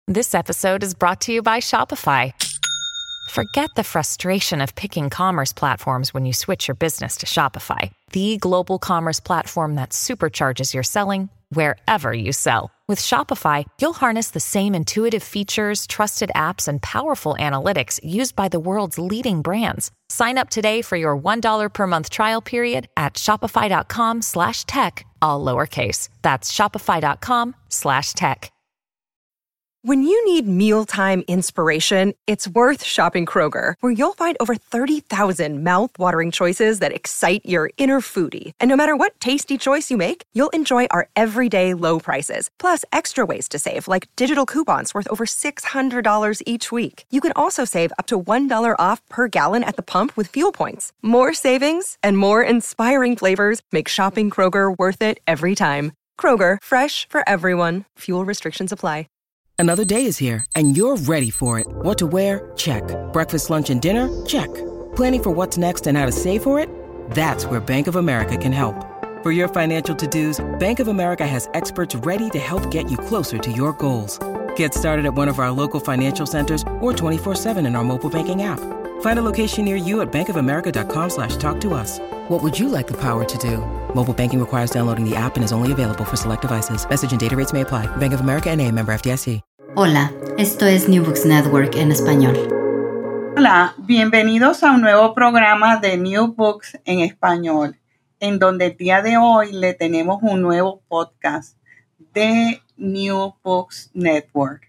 This episode is brought to you by Shopify. Forget the frustration of picking commerce platforms when you switch your business to Shopify, the global commerce platform that supercharges your selling wherever you sell. With Shopify, you'll harness the same intuitive features, trusted apps, and powerful analytics used by the world's leading brands. Sign up today for your $1 per month trial period at shopify.com/tech, all lowercase. That's shopify.com/tech. When you need mealtime inspiration, it's worth shopping Kroger, where you'll find over 30,000 mouth-watering choices that excite your inner foodie. And no matter what tasty choice you make, you'll enjoy our everyday low prices, plus extra ways to save, like digital coupons worth over $600 each week. You can also save up to $1 off per gallon at the pump with fuel points. More savings and more inspiring flavors make shopping Kroger worth it every time. Kroger, fresh for everyone. Fuel restrictions apply. Another day is here, and you're ready for it. What to wear? Check. Breakfast, lunch, and dinner? Check. Planning for what's next and how to save for it? That's where Bank of America can help. For your financial to-dos, Bank of America has experts ready to help get you closer to your goals. Get started at one of our local financial centers or 24/7 in our mobile banking app. Find a location near you at bankofamerica.com/talktous. What would you like the power to do? Mobile banking requires downloading the app and is only available for select devices. Message and data rates may apply. Bank of America N.A., member FDIC. Hola, esto es New Books Network en español. Hola, bienvenidos a un nuevo programa de New Books en español, en donde el día de hoy le tenemos un nuevo podcast de New Books Network.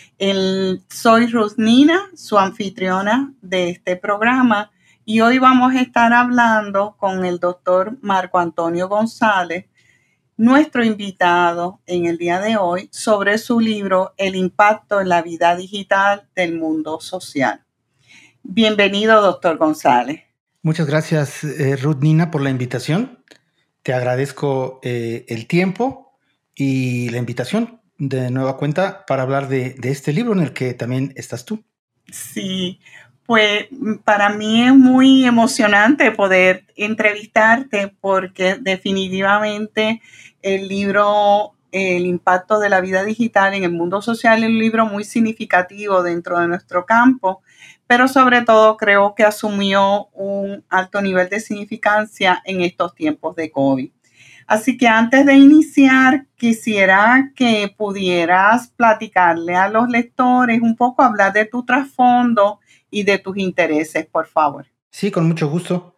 Soy Ruth Nina, su anfitriona de este programa, y hoy vamos a estar hablando con el doctor Marco Antonio González, nuestro invitado en el día de hoy, sobre su libro El impacto en la vida digital del mundo social. Bienvenido, doctor González. Muchas gracias, Ruth Nina, por la invitación. Te agradezco el tiempo y la invitación de nueva cuenta para hablar de este libro en el que también estás tú. Sí, pues para mí es muy emocionante poder entrevistarte porque definitivamente el libro El impacto de la vida digital en el mundo social es un libro muy significativo dentro de nuestro campo, pero sobre todo creo que asumió un alto nivel de significancia en estos tiempos de COVID. Así que antes de iniciar, quisiera que pudieras platicarle a los lectores un poco, hablar de tu trasfondo y de tus intereses, por favor. Sí, con mucho gusto.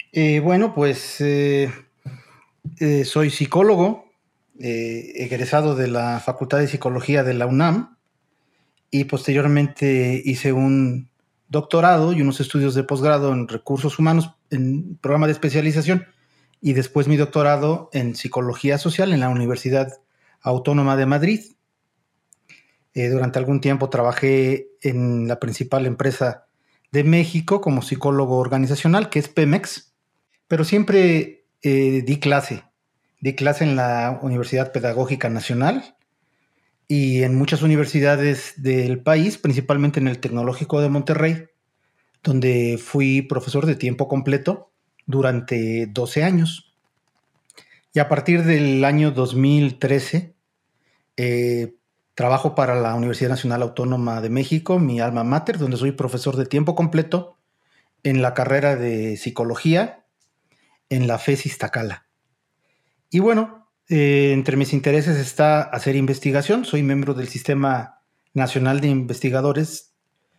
Soy psicólogo, egresado de la Facultad de Psicología de la UNAM y posteriormente hice un doctorado y unos estudios de posgrado en recursos humanos en programa de especialización y después mi doctorado en psicología social en la Universidad Autónoma de Madrid. Durante algún tiempo trabajé en la principal empresa de México como psicólogo organizacional, que es Pemex, pero siempre di clase en la Universidad Pedagógica Nacional y en muchas universidades del país, principalmente en el Tecnológico de Monterrey, donde fui profesor de tiempo completo durante 12 años. Y a partir del año 2013, trabajo para la Universidad Nacional Autónoma de México, mi alma mater, donde soy profesor de tiempo completo en la carrera de psicología en la FES Iztacala. Y bueno, entre mis intereses está hacer investigación. Soy miembro del Sistema Nacional de Investigadores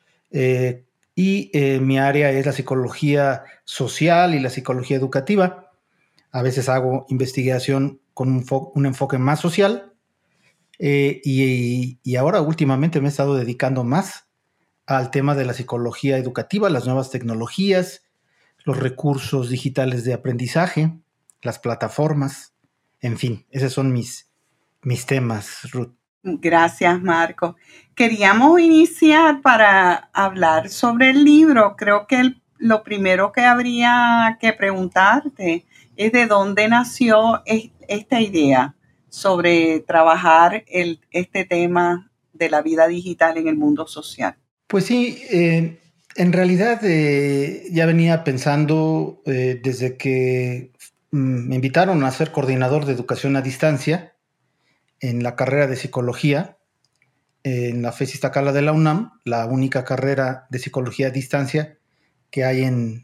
y mi área es la psicología social y la psicología educativa. A veces hago investigación con un enfoque más social. Y ahora últimamente me he estado dedicando más al tema de la psicología educativa, las nuevas tecnologías, los recursos digitales de aprendizaje, las plataformas, en fin, esos son mis temas, Ruth. Gracias, Marco. Queríamos iniciar para hablar sobre el libro. Creo que lo primero que habría que preguntarte es de dónde nació esta idea sobre trabajar este tema de la vida digital en el mundo social. Pues sí, en realidad ya venía pensando desde que me invitaron a ser coordinador de educación a distancia en la carrera de psicología en la FES Iztacala de la UNAM, la única carrera de psicología a distancia que hay en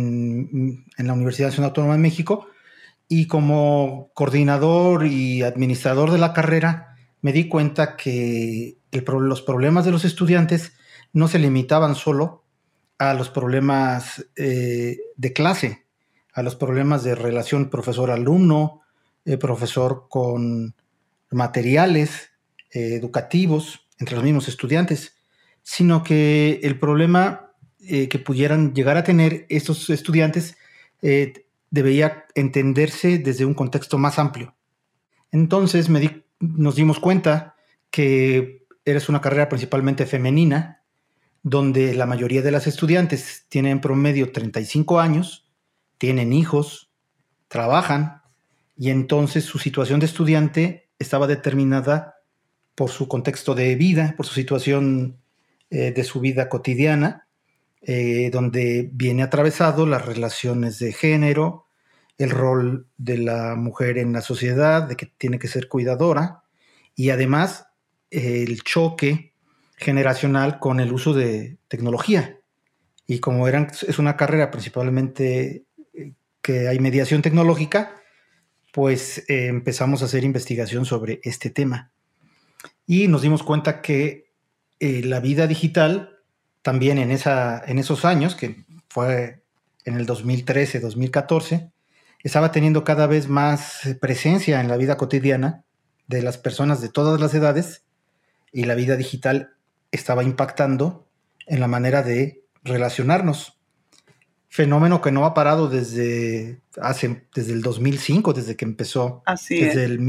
la Universidad Nacional Autónoma de México, y como coordinador y administrador de la carrera me di cuenta que los problemas de los estudiantes no se limitaban solo a los problemas de clase, a los problemas de relación profesor-alumno, profesor con materiales educativos entre los mismos estudiantes, sino que el problema que pudieran llegar a tener estos estudiantes debería entenderse desde un contexto más amplio. Entonces nos dimos cuenta que eres una carrera principalmente femenina, donde la mayoría de las estudiantes tienen en promedio 35 años, tienen hijos, trabajan, y entonces su situación de estudiante estaba determinada por su contexto de vida, por su situación de su vida cotidiana, donde viene atravesado las relaciones de género, el rol de la mujer en la sociedad, de que tiene que ser cuidadora, y además el choque generacional con el uso de tecnología. Y como es una carrera principalmente que hay mediación tecnológica, pues empezamos a hacer investigación sobre este tema. Y nos dimos cuenta que la vida digital, también en esos años, que fue en el 2013, 2014, estaba teniendo cada vez más presencia en la vida cotidiana de las personas de todas las edades, y la vida digital estaba impactando en la manera de relacionarnos. Fenómeno que no ha parado desde el 2005, desde que empezó, desde el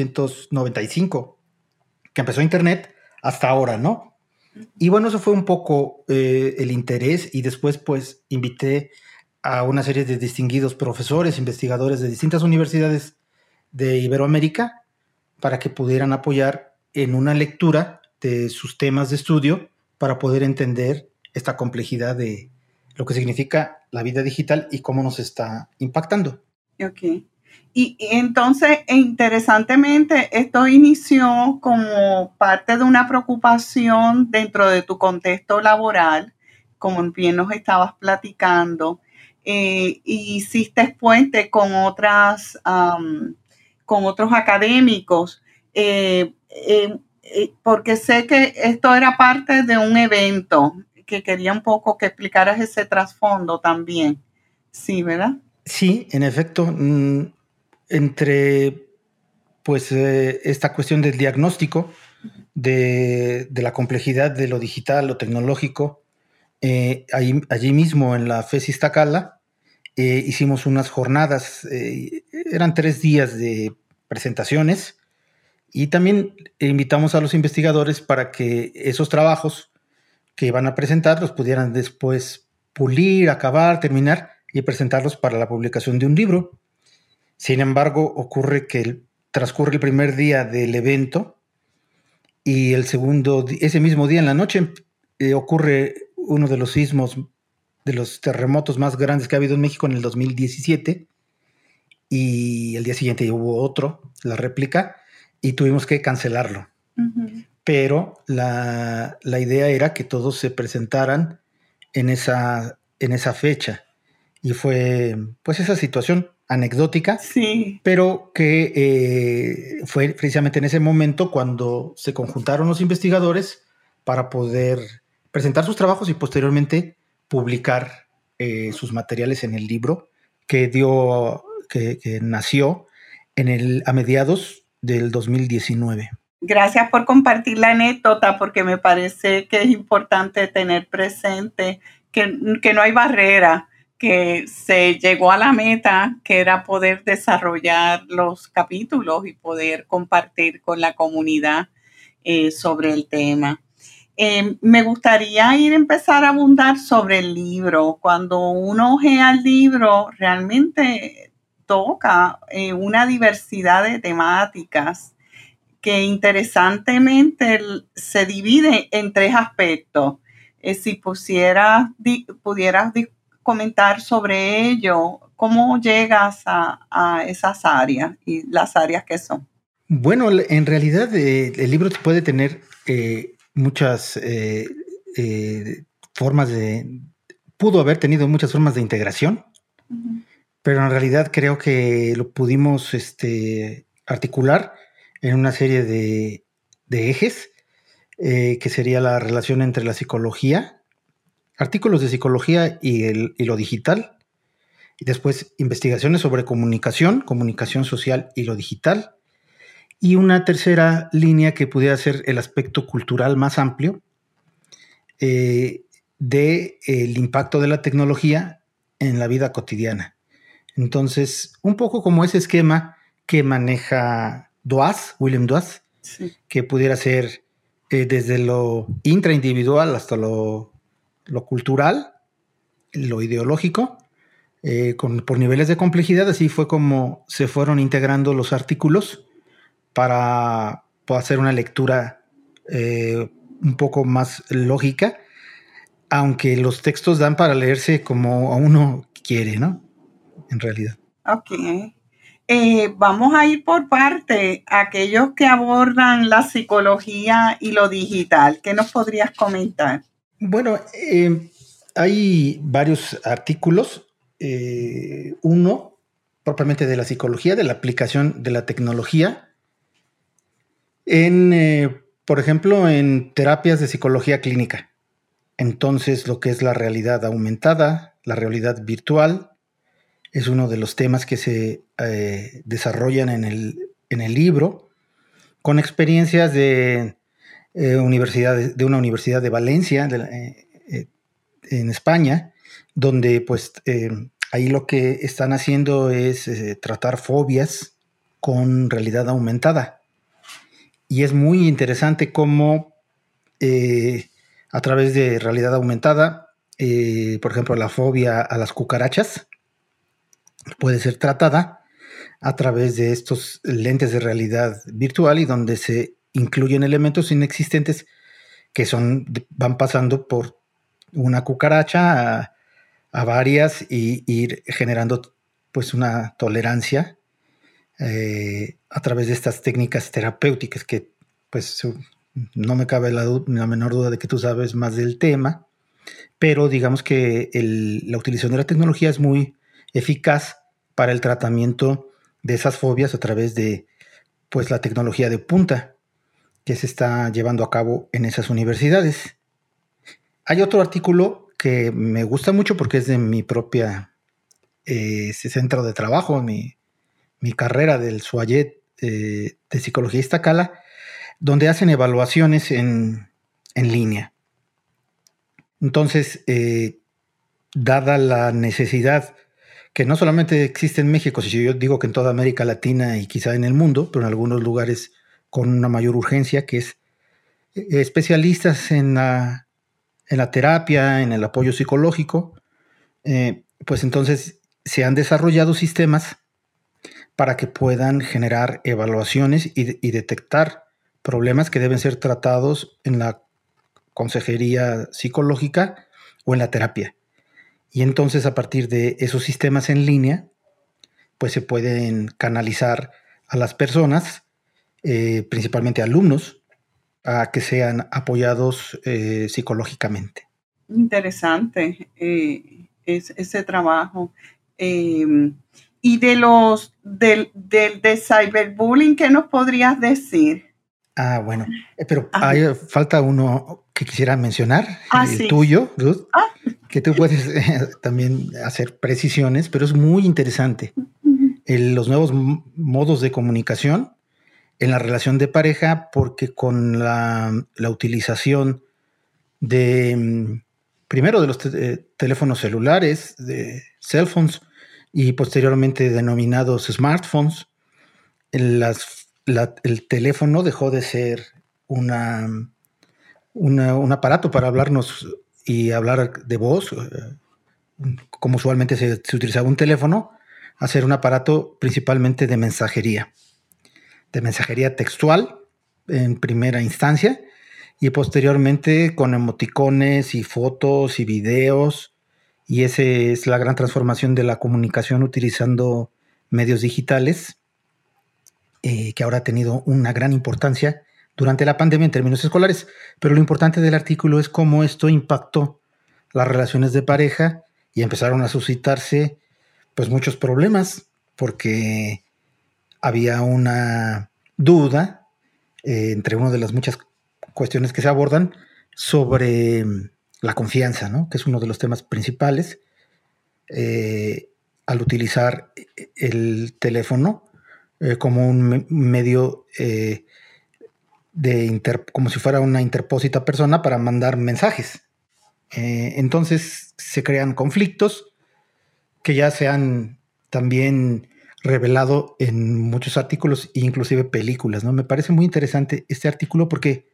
1995, que empezó Internet, hasta ahora, ¿no? Y bueno, eso fue un poco el interés, y después pues invité a una serie de distinguidos profesores, investigadores de distintas universidades de Iberoamérica para que pudieran apoyar en una lectura de sus temas de estudio para poder entender esta complejidad de lo que significa la vida digital y cómo nos está impactando. Ok. Y entonces, interesantemente, esto inició como parte de una preocupación dentro de tu contexto laboral, como bien nos estabas platicando, y hiciste puente con otros académicos, porque sé que esto era parte de un evento, que quería un poco que explicaras ese trasfondo también. Sí, ¿verdad? Sí, en efecto. Entre pues esta cuestión del diagnóstico de la complejidad de lo digital, lo tecnológico, allí mismo en la FES Iztacala hicimos unas jornadas, eran 3 días de presentaciones, y también invitamos a los investigadores para que esos trabajos que iban a presentar los pudieran después pulir, acabar, terminar y presentarlos para la publicación de un libro. Sin embargo, ocurre que transcurre el primer día del evento, y ese mismo día en la noche ocurre uno de los sismos, de los terremotos más grandes que ha habido en México en el 2017, y el día siguiente hubo otro, la réplica, y tuvimos que cancelarlo. Uh-huh. Pero la idea era que todos se presentaran en esa fecha, y fue pues esa situación anecdótica, sí, pero que fue precisamente en ese momento cuando se conjuntaron los investigadores para poder presentar sus trabajos y posteriormente publicar sus materiales en el libro que nació a mediados del 2019. Gracias por compartir la anécdota, porque me parece que es importante tener presente que no hay barrera, que se llegó a la meta, que era poder desarrollar los capítulos y poder compartir con la comunidad sobre el tema. Me gustaría empezar a abundar sobre el libro. Cuando uno ojea el libro, realmente toca una diversidad de temáticas que interesantemente se divide en 3 aspectos. Si pudieras comentar sobre ello, ¿cómo llegas a esas áreas y las áreas que son? Bueno, en realidad el libro puede tener muchas formas pudo haber tenido muchas formas de integración, pero en realidad creo que lo pudimos articular en una serie de ejes, que sería la relación entre la psicología, artículos de psicología y lo digital, y después investigaciones sobre comunicación social y lo digital, y una tercera línea que pudiera ser el aspecto cultural más amplio del impacto de la tecnología en la vida cotidiana. Entonces, un poco como ese esquema que maneja William Dawes, sí, que pudiera ser desde lo intraindividual hasta lo cultural, lo ideológico, por niveles de complejidad. Así fue como se fueron integrando los artículos para hacer una lectura un poco más lógica, aunque los textos dan para leerse como a uno quiere, ¿no? En realidad. Ok. Vamos a ir por parte. Aquellos que abordan la psicología y lo digital, ¿qué nos podrías comentar? Bueno, hay varios artículos. Uno, propiamente de la psicología, de la aplicación de la tecnología por ejemplo, en terapias de psicología clínica. Entonces, lo que es la realidad aumentada, la realidad virtual, es uno de los temas que se desarrollan en el libro, con experiencias de una universidad de Valencia, en España, donde pues ahí lo que están haciendo es tratar fobias con realidad aumentada. Y es muy interesante cómo a través de realidad aumentada, por ejemplo, la fobia a las cucarachas puede ser tratada a través de estos lentes de realidad virtual, y donde se incluyen elementos inexistentes que van pasando por una cucaracha a varias, y ir generando pues una tolerancia a través de estas técnicas terapéuticas que pues no me cabe la menor duda de que tú sabes más del tema, pero digamos que la utilización de la tecnología es muy eficaz para el tratamiento de esas fobias a través de pues la tecnología de punta que se está llevando a cabo en esas universidades. Hay otro artículo que me gusta mucho porque es de mi propia centro de trabajo, mi carrera del SUAYET de Psicología Iztacala, donde hacen evaluaciones en línea. Entonces, dada la necesidad que no solamente existe en México, si yo digo que en toda América Latina y quizá en el mundo, pero en algunos lugares con una mayor urgencia, que es especialistas en la terapia, en el apoyo psicológico, pues entonces se han desarrollado sistemas para que puedan generar evaluaciones y detectar problemas que deben ser tratados en la consejería psicológica o en la terapia. Y entonces, a partir de esos sistemas en línea, pues se pueden canalizar a las personas, principalmente alumnos, a que sean apoyados psicológicamente. Interesante ese trabajo. Y de cyberbullying, ¿qué nos podrías decir? Bueno, pero falta uno que quisiera mencionar, sí. Tuyo, Ruth, que tú puedes también hacer precisiones, pero es muy interesante. Los nuevos modos de comunicación en la relación de pareja, porque con la utilización primero de los teléfonos celulares, de cell phones, y posteriormente denominados smartphones, el teléfono dejó de ser un aparato para hablarnos y hablar de voz, como usualmente se utilizaba un teléfono, a ser un aparato principalmente de mensajería textual en primera instancia, y posteriormente con emoticones y fotos y videos, y esa es la gran transformación de la comunicación utilizando medios digitales, que ahora ha tenido una gran importancia durante la pandemia en términos escolares. Pero lo importante del artículo es cómo esto impactó las relaciones de pareja y empezaron a suscitarse pues muchos problemas porque había una duda entre una de las muchas cuestiones que se abordan sobre la confianza, ¿no? Que es uno de los temas principales al utilizar el teléfono como un medio como si fuera una interpósita persona para mandar mensajes. Entonces se crean conflictos que ya se han también revelado en muchos artículos e inclusive películas, ¿no? Me parece muy interesante este artículo porque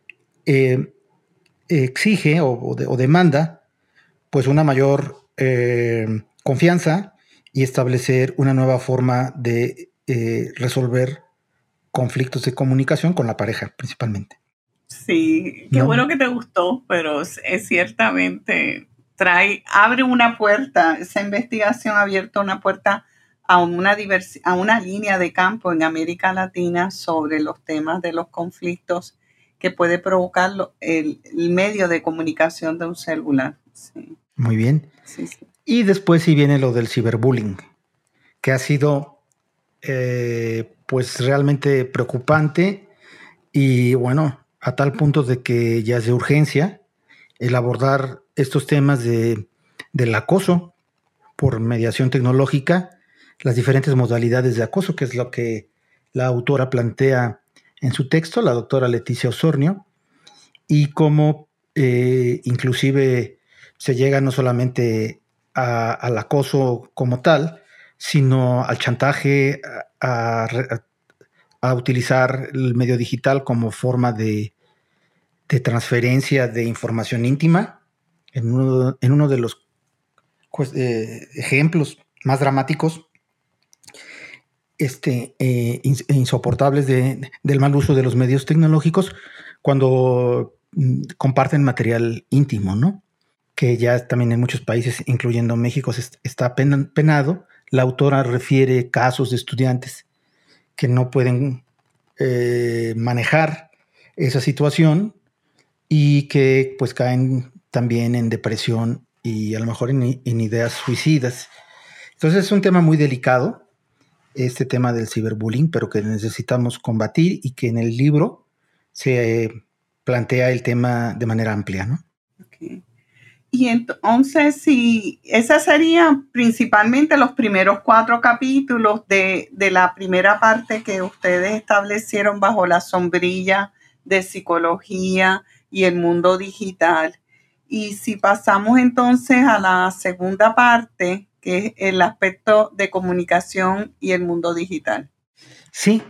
exige o demanda pues una mayor confianza y establecer una nueva forma de resolver conflictos de comunicación con la pareja principalmente. Sí, qué bueno que te gustó, pero es ciertamente abre una puerta, esa investigación ha abierto una puerta a una línea de campo en América Latina sobre los temas de los conflictos que puede provocar el medio de comunicación de un celular. Sí. Muy bien. Sí. Y después sí viene lo del ciberbullying, que ha sido pues realmente preocupante y bueno, a tal punto de que ya es de urgencia el abordar estos temas del acoso por mediación tecnológica, las diferentes modalidades de acoso, que es lo que la autora plantea en su texto, la doctora Leticia Osornio, y cómo inclusive se llega no solamente al acoso como tal, sino al chantaje, a utilizar el medio digital como forma de transferencia de información íntima. En uno de los ejemplos más dramáticos, insoportables del mal uso de los medios tecnológicos cuando comparten material íntimo, ¿no? Que ya también en muchos países, incluyendo México, está penado. La autora refiere casos de estudiantes que no pueden manejar esa situación y que pues caen también en depresión y a lo mejor en ideas suicidas. Entonces es un tema muy delicado, este tema del ciberbullying, pero que necesitamos combatir y que en el libro se plantea el tema de manera amplia, ¿no? Okay. Y entonces, si esas serían principalmente los primeros 4 capítulos de la primera parte que ustedes establecieron bajo la sombrilla de psicología y el mundo digital. Y si pasamos entonces a la segunda parte, que es el aspecto de comunicación y el mundo digital. Sí,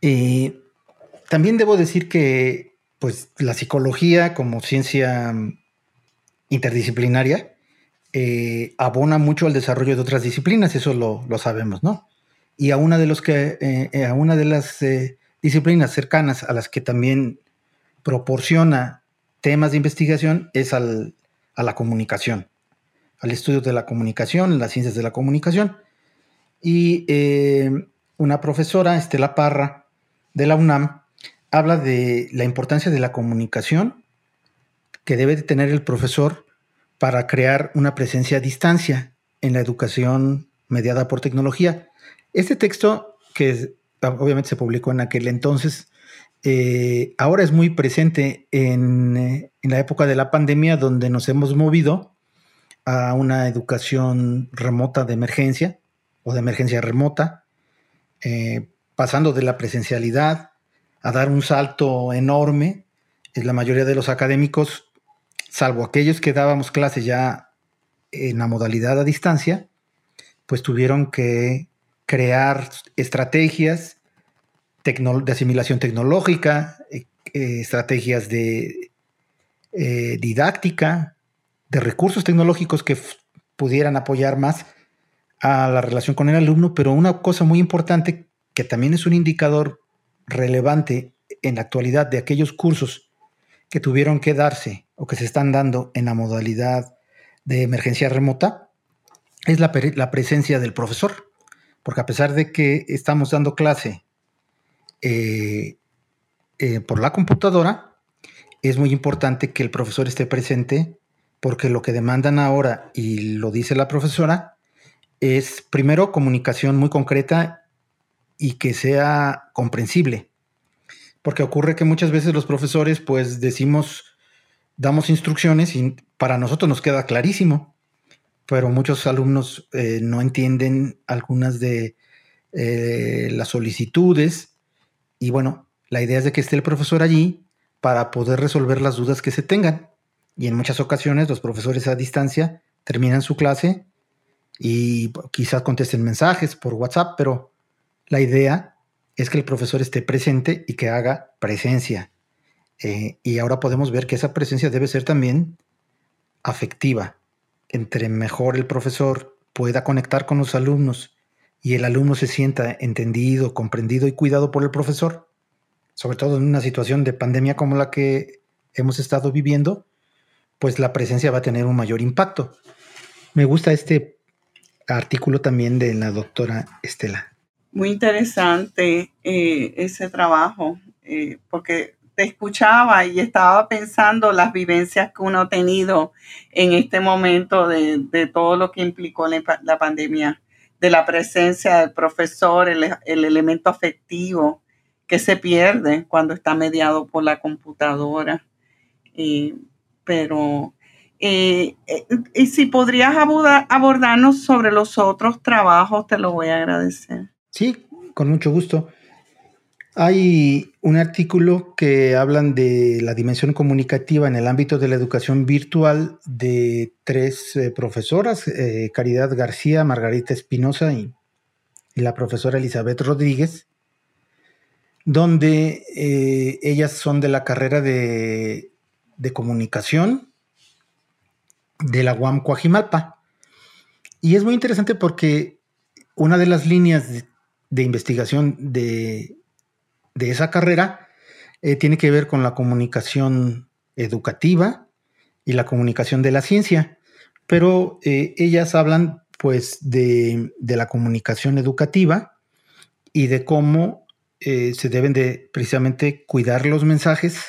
también debo decir que pues, la psicología como ciencia interdisciplinaria abona mucho al desarrollo de otras disciplinas, eso lo sabemos, ¿no? Y a una de las disciplinas cercanas a las que también proporciona temas de investigación es a la comunicación, al estudio de la comunicación, las ciencias de la comunicación. Y una profesora, Estela Parra, de la UNAM, habla de la importancia de la comunicación que debe de tener el profesor para crear una presencia a distancia en la educación mediada por tecnología. Este texto, que obviamente se publicó en aquel entonces, ahora es muy presente en la época de la pandemia, donde nos hemos movido a una educación remota de emergencia o de emergencia remota, pasando de la presencialidad a dar un salto enorme. La mayoría de los académicos, salvo aquellos que dábamos clases ya en la modalidad a distancia, pues tuvieron que crear estrategias de asimilación tecnológica, estrategias de didáctica, de recursos tecnológicos que pudieran apoyar más a la relación con el alumno, pero una cosa muy importante que también es un indicador relevante en la actualidad de aquellos cursos que tuvieron que darse o que se están dando en la modalidad de emergencia remota, es la presencia del profesor. Porque a pesar de que estamos dando clase por la computadora, es muy importante que el profesor esté presente, porque lo que demandan ahora, y lo dice la profesora, es primero comunicación muy concreta y que sea comprensible. Porque ocurre que muchas veces los profesores pues damos instrucciones y para nosotros nos queda clarísimo, pero muchos alumnos no entienden algunas de las solicitudes, y bueno, la idea es de que esté el profesor allí para poder resolver las dudas que se tengan. Y en muchas ocasiones los profesores a distancia terminan su clase y quizás contesten mensajes por WhatsApp, pero la idea es que el profesor esté presente y que haga presencia. Y ahora podemos ver que esa presencia debe ser también afectiva. Entre mejor el profesor pueda conectar con los alumnos y el alumno se sienta entendido, comprendido y cuidado por el profesor, sobre todo en una situación de pandemia como la que hemos estado viviendo, pues la presencia va a tener un mayor impacto. Me gusta este artículo también de la doctora Estela. Muy interesante ese trabajo, porque te escuchaba y estaba pensando las vivencias que uno ha tenido en este momento de todo lo que implicó la pandemia, de la presencia del profesor, el elemento afectivo que se pierde cuando está mediado por la computadora. Pero si podrías abordarnos sobre los otros trabajos, te lo voy a agradecer. Sí, con mucho gusto. Hay un artículo que hablan de la dimensión comunicativa en el ámbito de la educación virtual de 3 profesoras, Caridad García, Margarita Espinosa y la profesora Elizabeth Rodríguez, donde ellas son de la carrera de comunicación de la UAM Coajimalpa. Y es muy interesante porque una de las líneas de investigación de esa carrera tiene que ver con la comunicación educativa y la comunicación de la ciencia, pero ellas hablan pues de la comunicación educativa y de cómo se deben de precisamente cuidar los mensajes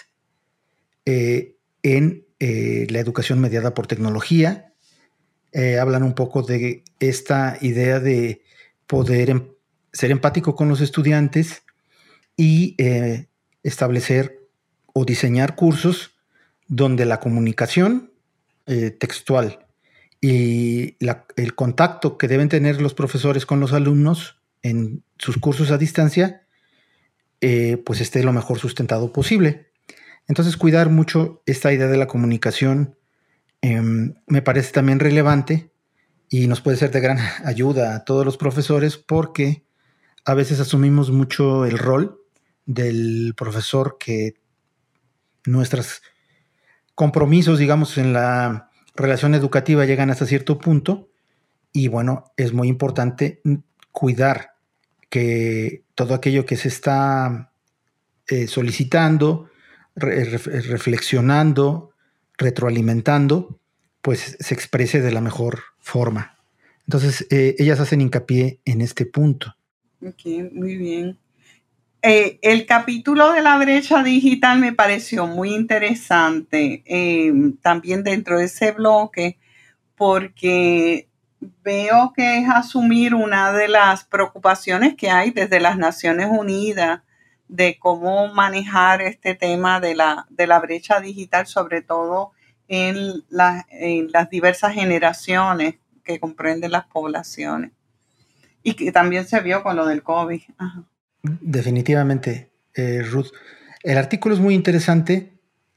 en la educación mediada por tecnología. Hablan un poco de esta idea de poder ser empático con los estudiantes y establecer o diseñar cursos donde la comunicación textual y el contacto que deben tener los profesores con los alumnos en sus cursos a distancia pues esté lo mejor sustentado posible. Entonces, cuidar mucho esta idea de la comunicación me parece también relevante y nos puede ser de gran ayuda a todos los profesores, porque a veces asumimos mucho el rol del profesor, que nuestros compromisos, digamos, en la relación educativa llegan hasta cierto punto, y bueno, es muy importante cuidar que todo aquello que se está solicitando, reflexionando, retroalimentando, pues se exprese de la mejor forma. Entonces, ellas hacen hincapié en este punto. Ok, muy bien. El capítulo de la brecha digital me pareció muy interesante, también dentro de ese bloque, porque veo que es asumir una de las preocupaciones que hay desde las Naciones Unidas de cómo manejar este tema de la brecha digital, sobre todo en las diversas generaciones que comprenden las poblaciones. Y que también se vio con lo del COVID. Ajá. Definitivamente, Ruth. El artículo es muy interesante,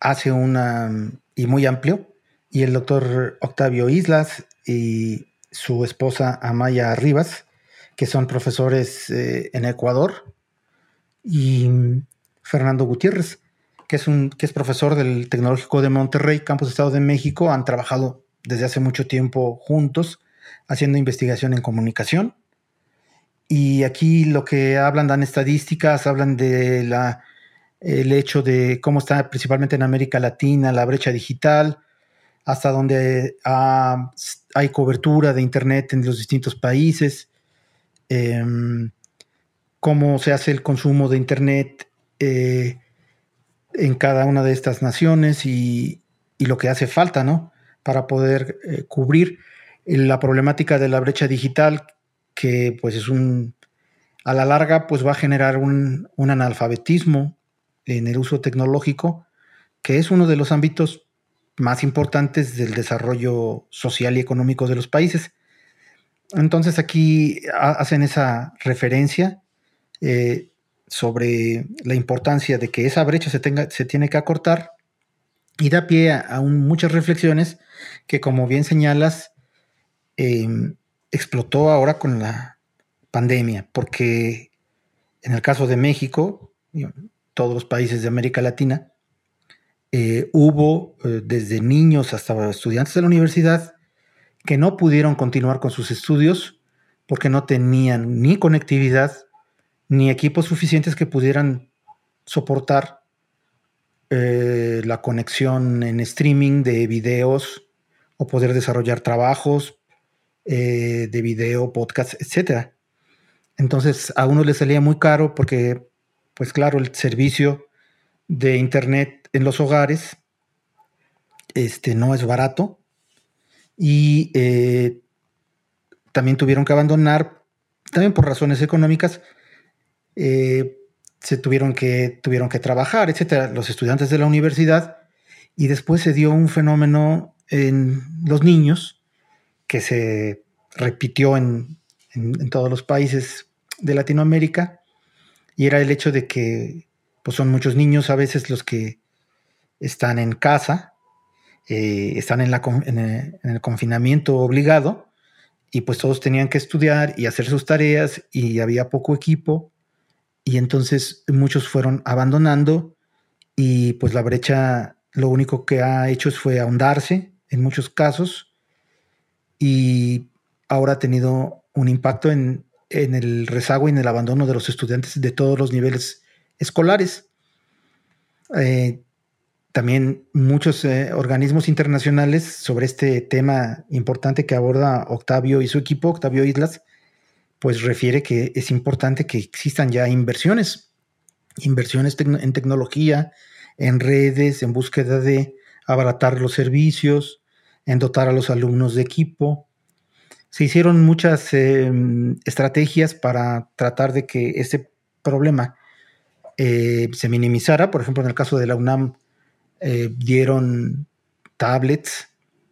y muy amplio, y el doctor Octavio Islas y su esposa Amaya Rivas, que son profesores en Ecuador, y Fernando Gutiérrez, que es profesor del Tecnológico de Monterrey, Campus Estado de México, han trabajado desde hace mucho tiempo juntos, haciendo investigación en comunicación. Y aquí lo que hablan, dan estadísticas, hablan de el hecho de cómo está principalmente en América Latina la brecha digital, hasta donde hay cobertura de Internet en los distintos países, cómo se hace el consumo de Internet en cada una de estas naciones y lo que hace falta, ¿no? Para poder cubrir la problemática de la brecha digital, que pues a la larga pues va a generar un analfabetismo en el uso tecnológico, que es uno de los ámbitos más importantes del desarrollo social y económico de los países. Entonces aquí hacen esa referencia sobre la importancia de que esa brecha se tiene que acortar, y da pie a muchas reflexiones que, como bien señalas, explotó ahora con la pandemia, porque en el caso de México, todos los países de América Latina, hubo desde niños hasta estudiantes de la universidad que no pudieron continuar con sus estudios porque no tenían ni conectividad ni equipos suficientes que pudieran soportar la conexión en streaming de videos o poder desarrollar trabajos de video, podcast, etc. Entonces a uno le salía muy caro porque, pues claro, el servicio de internet en los hogares no es barato, y también tuvieron que abandonar, también por razones económicas, tuvieron que trabajar, etcétera, los estudiantes de la universidad, y después se dio un fenómeno en los niños que se repitió en todos los países de Latinoamérica, y era el hecho de que pues son muchos niños a veces los que están en casa, están en el confinamiento obligado, y pues todos tenían que estudiar y hacer sus tareas y había poco equipo, y entonces muchos fueron abandonando, y pues la brecha lo único que ha hecho fue ahondarse en muchos casos, y ahora ha tenido un impacto en el rezago y en el abandono de los estudiantes de todos los niveles escolares. También muchos organismos internacionales sobre este tema importante que aborda Octavio y su equipo, Octavio Islas, pues refiere que es importante que existan ya inversiones en tecnología, en redes, en búsqueda de abaratar los servicios, en dotar a los alumnos de equipo. Se hicieron muchas estrategias para tratar de que este problema se minimizara. Por ejemplo, en el caso de la UNAM, dieron tablets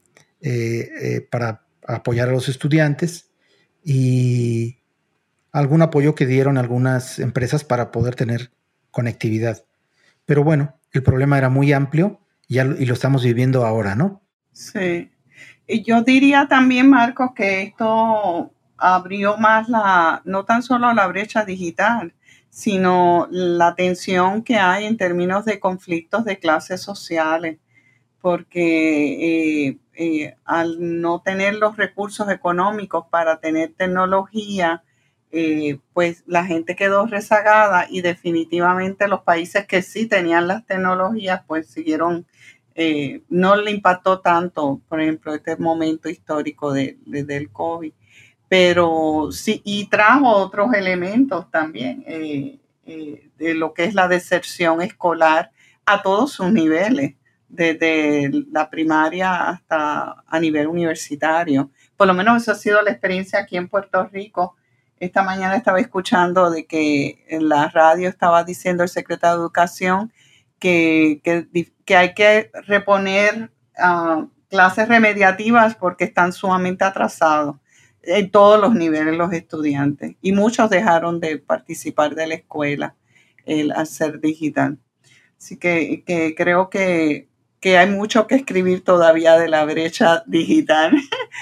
para apoyar a los estudiantes, y algún apoyo que dieron algunas empresas para poder tener conectividad. Pero bueno, el problema era muy amplio y lo estamos viviendo ahora, ¿no? Sí. Y yo diría también, Marcos, que esto abrió más no tan solo la brecha digital, sino la tensión que hay en términos de conflictos de clases sociales, porque al no tener los recursos económicos para tener tecnología, pues la gente quedó rezagada, y definitivamente los países que sí tenían las tecnologías pues siguieron, no le impactó tanto, por ejemplo, este momento histórico del COVID, pero sí, y trajo otros elementos también de lo que es la deserción escolar a todos sus niveles, desde la primaria hasta a nivel universitario. Por lo menos eso ha sido la experiencia aquí en Puerto Rico. Esta mañana estaba escuchando de que en la radio estaba diciendo el secretario de Educación que hay que reponer clases remediativas porque están sumamente atrasados en todos los niveles los estudiantes, y muchos dejaron de participar de la escuela al ser digital. Así que creo que hay mucho que escribir todavía de la brecha digital.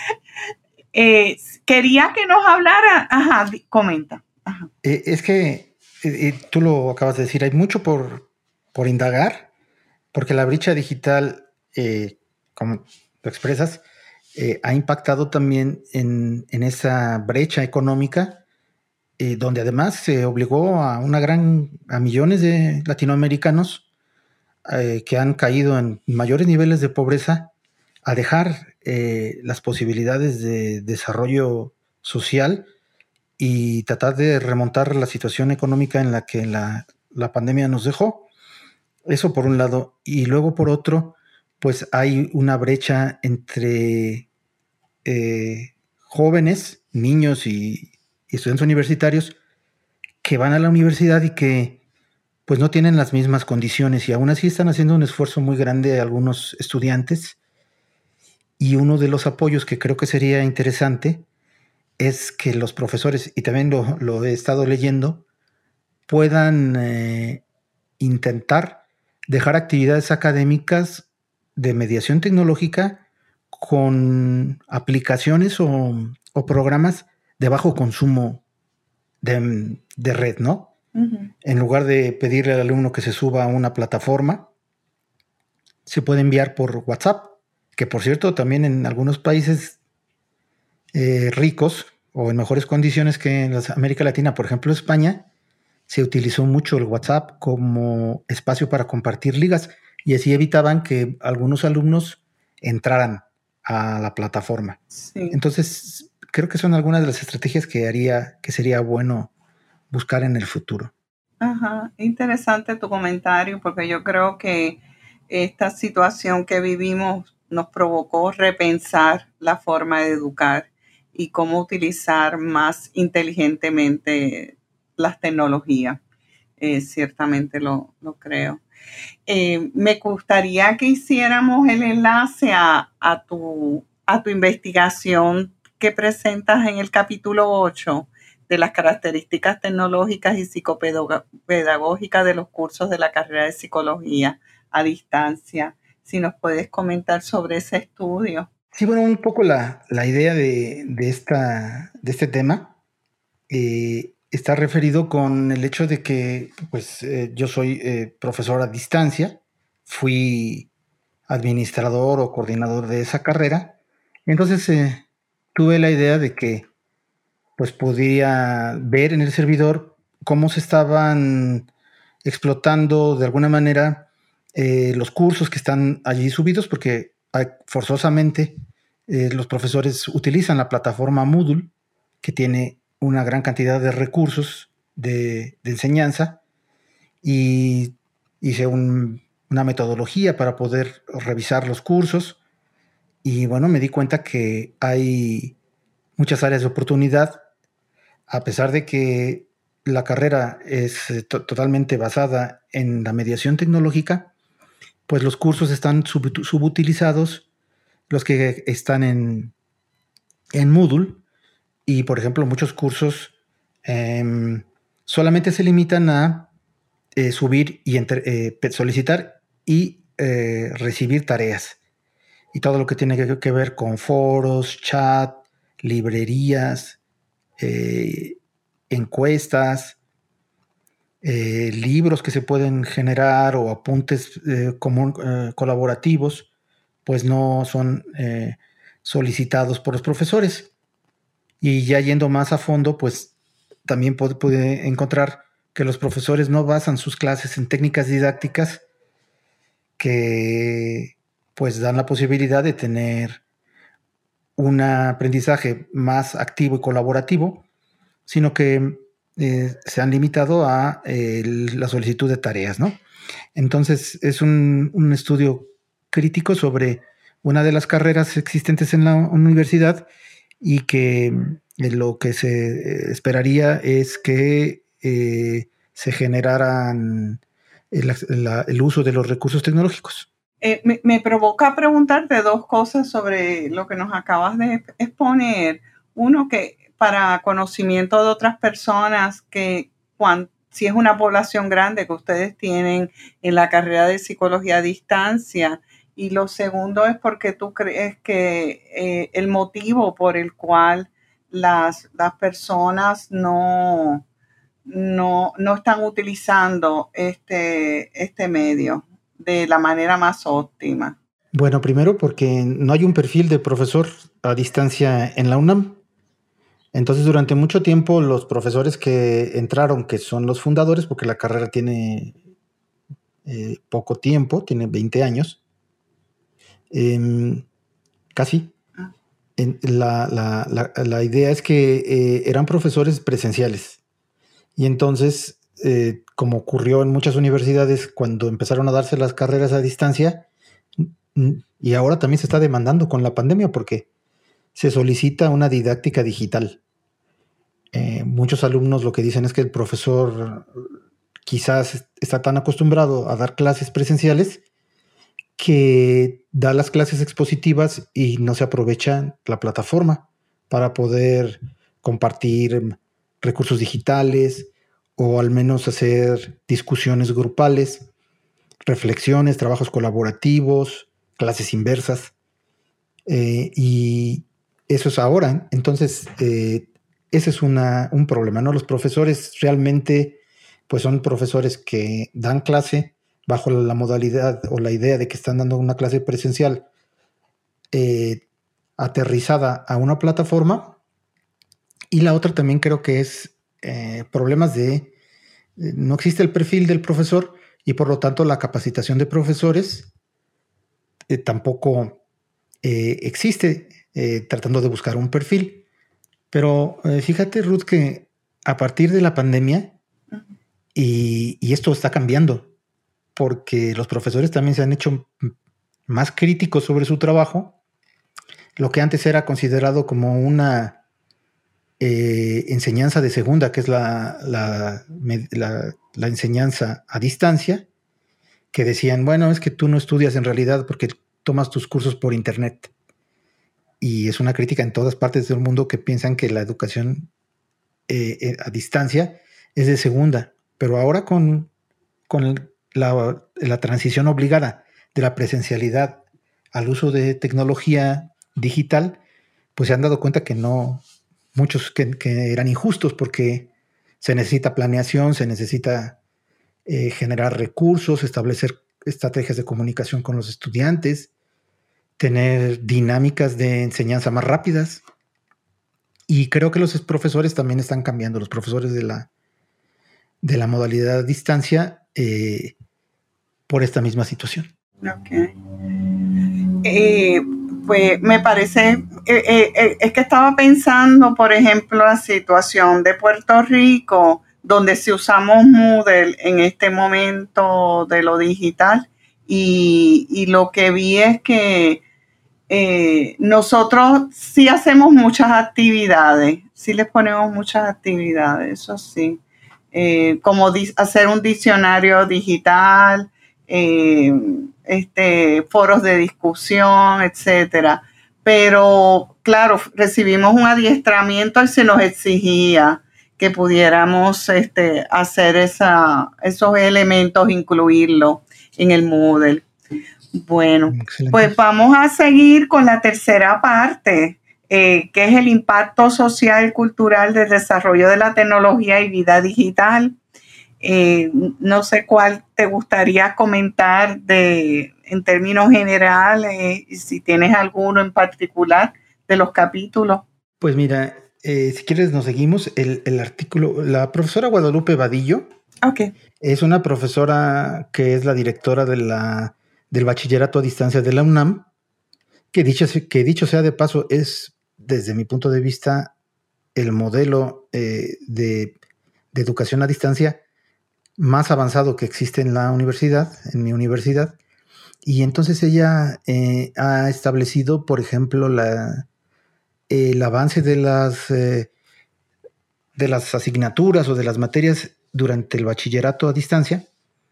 Quería que nos hablara. Ajá, comenta. Ajá. Es que tú lo acabas de decir, hay mucho por indagar, porque la brecha digital, como lo expresas, ha impactado también en esa brecha económica, donde además se obligó a millones de latinoamericanos que han caído en mayores niveles de pobreza a dejar las posibilidades de desarrollo social y tratar de remontar la situación económica en la que la pandemia nos dejó. Eso por un lado. Y luego por otro, pues hay una brecha entre jóvenes, niños y estudiantes universitarios que van a la universidad y que pues no tienen las mismas condiciones y aún así están haciendo un esfuerzo muy grande algunos estudiantes. Y uno de los apoyos que creo que sería interesante es que los profesores, y también lo he estado leyendo, puedan intentar dejar actividades académicas de mediación tecnológica con aplicaciones o programas de bajo consumo de red, ¿no? Ujú. En lugar de pedirle al alumno que se suba a una plataforma, se puede enviar por WhatsApp, que por cierto también en algunos países ricos o en mejores condiciones que en América Latina, por ejemplo España, se utilizó mucho el WhatsApp como espacio para compartir ligas y así evitaban que algunos alumnos entraran a la plataforma. Sí. Entonces, creo que son algunas de las estrategias que sería bueno buscar en el futuro. Ajá, interesante tu comentario porque yo creo que esta situación que vivimos nos provocó repensar la forma de educar y cómo utilizar más inteligentemente las tecnologías. Ciertamente lo creo. Me gustaría que hiciéramos el enlace a tu investigación que presentas en el capítulo 8 de las características tecnológicas y psicopedagógicas de los cursos de la carrera de psicología a distancia. Si nos puedes comentar sobre ese estudio. Sí, bueno, un poco la idea de este tema está referido con el hecho de que pues, yo soy profesor a distancia, fui administrador o coordinador de esa carrera, entonces tuve la idea de que pues podía ver en el servidor cómo se estaban explotando de alguna manera los cursos que están allí subidos, porque forzosamente los profesores utilizan la plataforma Moodle, que tiene una gran cantidad de recursos de enseñanza, y hice una metodología para poder revisar los cursos, y bueno, me di cuenta que hay muchas áreas de oportunidad, a pesar de que la carrera es totalmente basada en la mediación tecnológica, pues los cursos están subutilizados, los que están en Moodle, y por ejemplo muchos cursos solamente se limitan a subir y solicitar y recibir tareas. Y todo lo que tiene que ver con foros, chat, librerías, encuestas, libros que se pueden generar o apuntes colaborativos, pues no son solicitados por los profesores. Y ya yendo más a fondo, pues también puede encontrar que los profesores no basan sus clases en técnicas didácticas que pues dan la posibilidad de tener un aprendizaje más activo y colaborativo, sino que se han limitado a la solicitud de tareas, ¿no? Entonces es un estudio crítico sobre una de las carreras existentes en la universidad y que lo que se esperaría es que se generaran el uso de los recursos tecnológicos. Me provoca preguntarte dos cosas sobre lo que nos acabas de exponer. Uno, que para conocimiento de otras personas, que si es una población grande que ustedes tienen en la carrera de psicología a distancia. Y lo segundo es porque tú crees que el motivo por el cual las personas no están utilizando este medio de la manera más óptima. Bueno, primero porque no hay un perfil de profesor a distancia en la UNAM. Entonces, durante mucho tiempo, los profesores que entraron, que son los fundadores, porque la carrera tiene poco tiempo, tiene 20 años, casi. La idea es que eran profesores presenciales. Y entonces como ocurrió en muchas universidades cuando empezaron a darse las carreras a distancia, y ahora también se está demandando con la pandemia porque se solicita una didáctica digital. Muchos alumnos lo que dicen es que el profesor quizás está tan acostumbrado a dar clases presenciales que da las clases expositivas y no se aprovecha la plataforma para poder compartir recursos digitales o al menos hacer discusiones grupales, reflexiones, trabajos colaborativos, clases inversas. Y eso es ahora. Entonces, ese es un problema, ¿no? Los profesores realmente pues son profesores que dan clase bajo la modalidad o la idea de que están dando una clase presencial aterrizada a una plataforma. Y la otra también creo que es problemas de no existe el perfil del profesor y por lo tanto la capacitación de profesores tampoco existe, tratando de buscar un perfil. Pero fíjate, Ruth, que a partir de la pandemia, y esto está cambiando, porque los profesores también se han hecho más críticos sobre su trabajo. Lo que antes era considerado como una enseñanza de segunda, que es la enseñanza a distancia, que decían, bueno, es que tú no estudias en realidad porque tomas tus cursos por internet. Y es una crítica en todas partes del mundo que piensan que la educación a distancia es de segunda. Pero ahora con la transición obligada de la presencialidad al uso de tecnología digital, pues se han dado cuenta que no, muchos que eran injustos porque se necesita planeación, se necesita generar recursos, establecer estrategias de comunicación con los estudiantes, tener dinámicas de enseñanza más rápidas. Y creo que los profesores también están cambiando, los profesores de la modalidad a distancia por esta misma situación. Ok. Pues me parece, es que estaba pensando, por ejemplo, la situación de Puerto Rico, donde si usamos Moodle en este momento de lo digital, y lo que vi es que nosotros sí hacemos muchas actividades, sí les ponemos muchas actividades, eso sí, como hacer un diccionario digital, foros de discusión, etcétera. Pero claro, recibimos un adiestramiento y se nos exigía que pudiéramos hacer esos elementos, incluirlos en el Moodle. Bueno, excelente. Pues vamos a seguir con la tercera parte, que es el impacto social y cultural del desarrollo de la tecnología y vida digital. No sé cuál te gustaría comentar en términos generales, y si tienes alguno en particular de los capítulos. Pues mira, si quieres nos seguimos. El artículo, la profesora Guadalupe Vadillo es una profesora que es la directora del bachillerato a distancia de la UNAM, que dicho sea de paso es, desde mi punto de vista, el modelo de educación a distancia más avanzado que existe en la universidad, en mi universidad. Y entonces ella ha establecido, por ejemplo, el avance de las asignaturas o de las materias durante el bachillerato a distancia,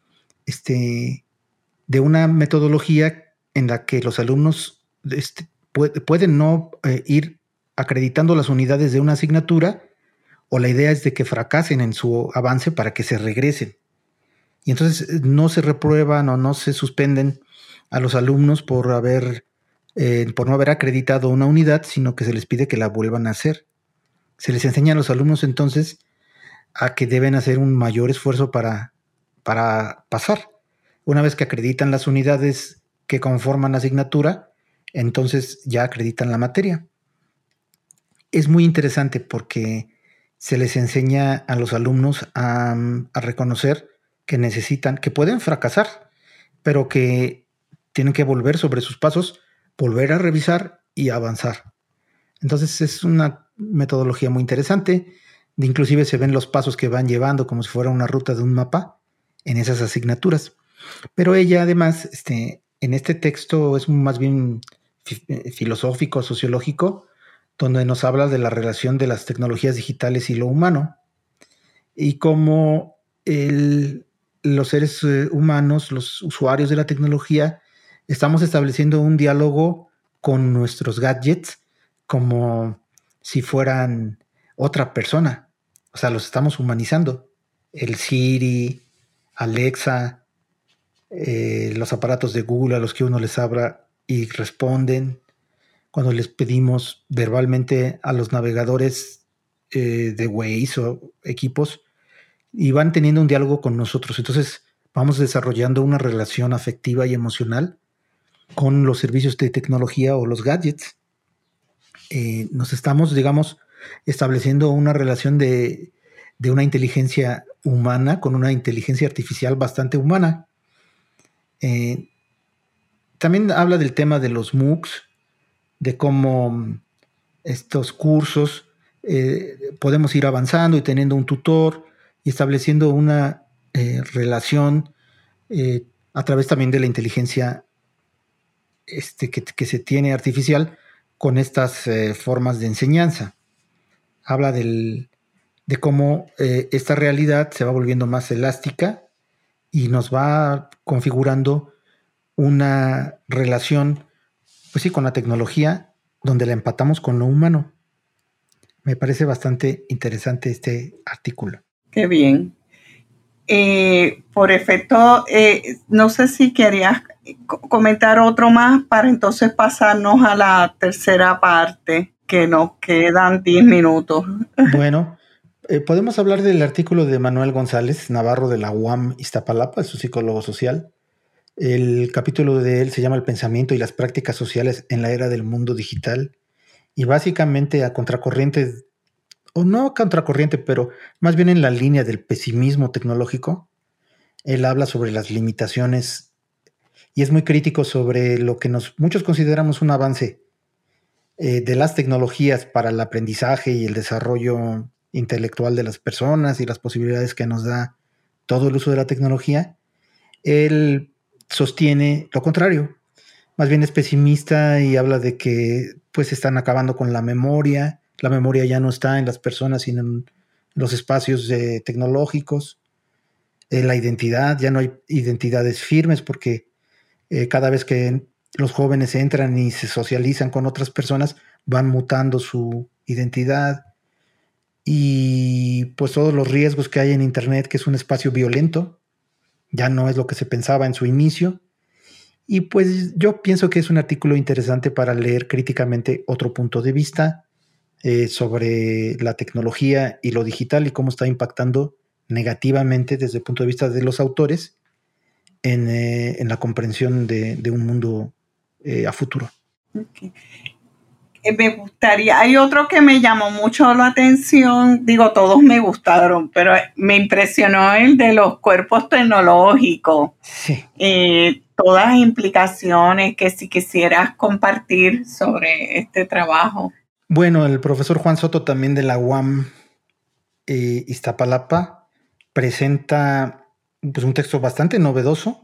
de una metodología en la que los alumnos pueden no ir acreditando las unidades de una asignatura, o la idea es de que fracasen en su avance para que se regresen. Y entonces no se reprueban o no se suspenden a los alumnos por no haber acreditado una unidad, sino que se les pide que la vuelvan a hacer. Se les enseña a los alumnos entonces a que deben hacer un mayor esfuerzo para pasar. Una vez que acreditan las unidades que conforman la asignatura, entonces ya acreditan la materia. Es muy interesante porque se les enseña a los alumnos a reconocer que pueden fracasar, pero que tienen que volver sobre sus pasos, volver a revisar y avanzar. Entonces es una metodología muy interesante. Inclusive se ven los pasos que van llevando como si fuera una ruta de un mapa en esas asignaturas. Pero ella además, en este texto es más bien filosófico, sociológico, donde nos habla de la relación de las tecnologías digitales y lo humano, y cómo los seres humanos, los usuarios de la tecnología, estamos estableciendo un diálogo con nuestros gadgets como si fueran otra persona. O sea, los estamos humanizando. El Siri, Alexa, los aparatos de Google a los que uno les habla y responden. Cuando les pedimos verbalmente a los navegadores de Waze o equipos, y van teniendo un diálogo con nosotros. Entonces vamos desarrollando una relación afectiva y emocional con los servicios de tecnología o los gadgets. Nos estamos, digamos, estableciendo una relación de una inteligencia humana con una inteligencia artificial bastante humana. También habla del tema de los MOOCs, de cómo estos cursos podemos ir avanzando y teniendo un tutor y estableciendo una relación a través también de la inteligencia que se tiene artificial con estas formas de enseñanza. Habla de cómo esta realidad se va volviendo más elástica y nos va configurando una relación, pues sí, con la tecnología, donde la empatamos con lo humano. Me parece bastante interesante este artículo. Qué bien. Por efecto, no sé si querías comentar otro más para entonces pasarnos a la tercera parte, que nos quedan 10 minutos. Bueno, podemos hablar del artículo de Manuel González Navarro de la UAM Iztapalapa, es un psicólogo social. El capítulo de él se llama El pensamiento y las prácticas sociales en la era del mundo digital, y básicamente a contracorriente, o no contracorriente, pero más bien en la línea del pesimismo tecnológico. Él habla sobre las limitaciones y es muy crítico sobre lo que muchos consideramos un avance de las tecnologías para el aprendizaje y el desarrollo intelectual de las personas y las posibilidades que nos da todo el uso de la tecnología. Él sostiene lo contrario, más bien es pesimista y habla de que pues están acabando con la memoria ya no está en las personas sino en los espacios tecnológicos, la identidad, ya no hay identidades firmes porque cada vez que los jóvenes entran y se socializan con otras personas van mutando su identidad, y pues todos los riesgos que hay en Internet, que es un espacio violento, ya no es lo que se pensaba en su inicio. Y pues yo pienso que es un artículo interesante para leer críticamente otro punto de vista sobre la tecnología y lo digital y cómo está impactando negativamente desde el punto de vista de los autores en la comprensión de un mundo a futuro. Okay. Me gustaría, hay otro que me llamó mucho la atención, digo, todos me gustaron, pero me impresionó el de los cuerpos tecnológicos. Sí. Todas las implicaciones que si quisieras compartir sobre este trabajo. Bueno, el profesor Juan Soto, también de la UAM Iztapalapa, presenta pues un texto bastante novedoso.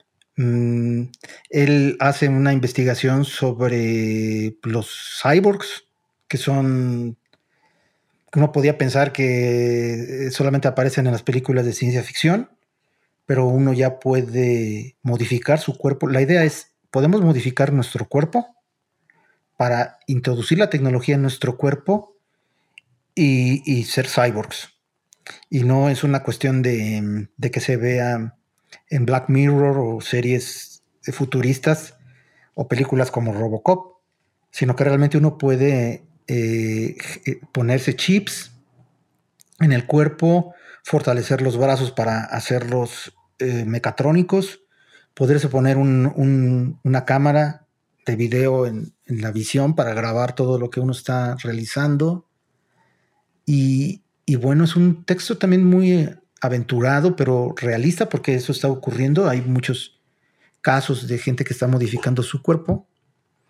Él hace una investigación sobre los cyborgs, que son, uno podía pensar que solamente aparecen en las películas de ciencia ficción, pero uno ya puede modificar su cuerpo. La idea es, podemos modificar nuestro cuerpo para introducir la tecnología en nuestro cuerpo y ser cyborgs. Y no es una cuestión de que se vea en Black Mirror o series futuristas o películas como Robocop, sino que realmente uno puede ponerse chips en el cuerpo, fortalecer los brazos para hacerlos mecatrónicos, poderse poner una cámara de video en la visión para grabar todo lo que uno está realizando. Y bueno, es un texto también muy aventurado, pero realista, porque eso está ocurriendo. Hay muchos casos de gente que está modificando su cuerpo.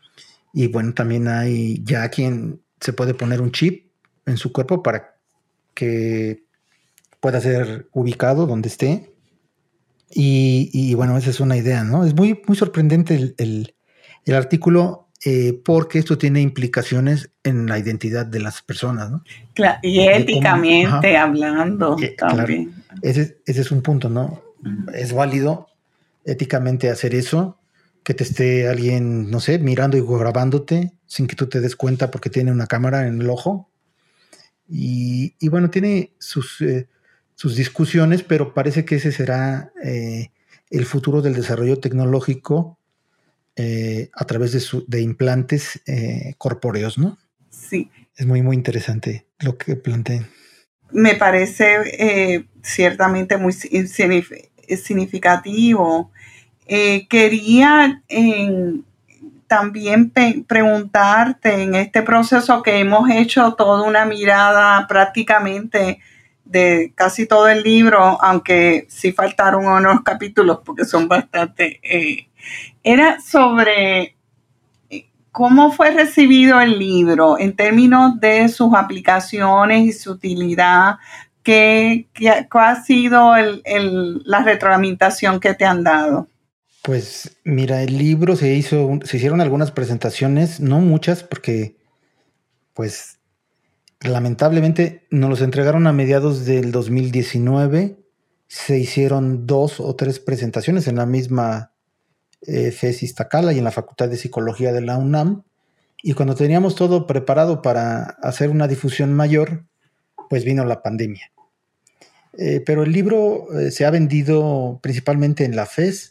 Y bueno, también hay ya quien se puede poner un chip en su cuerpo para que pueda ser ubicado donde esté. Y bueno, esa es una idea, ¿no? Es muy, muy sorprendente el artículo porque esto tiene implicaciones en la identidad de las personas, ¿no? Y éticamente hablando también. Claro, ese es un punto, ¿no? Es válido éticamente hacer eso, que te esté alguien, no sé, mirando y grabándote sin que tú te des cuenta porque tiene una cámara en el ojo. Y bueno, tiene sus discusiones, pero parece que ese será el futuro del desarrollo tecnológico a través de implantes corpóreos, ¿no? Sí. Es muy, muy interesante lo que planteé. Me parece ciertamente muy significativo. Quería también preguntarte en este proceso que hemos hecho toda una mirada prácticamente de casi todo el libro, aunque sí faltaron unos capítulos porque son bastante, era sobre cómo fue recibido el libro en términos de sus aplicaciones y su utilidad. ¿Cuál ha sido la retroalimentación que te han dado? Pues mira, el libro se hicieron algunas presentaciones, no muchas, porque pues lamentablemente nos los entregaron a mediados del 2019. Se hicieron 2 o 3 presentaciones en la misma FES Iztacala y en la Facultad de Psicología de la UNAM. Y cuando teníamos todo preparado para hacer una difusión mayor, pues vino la pandemia. Pero el libro se ha vendido principalmente en la FES.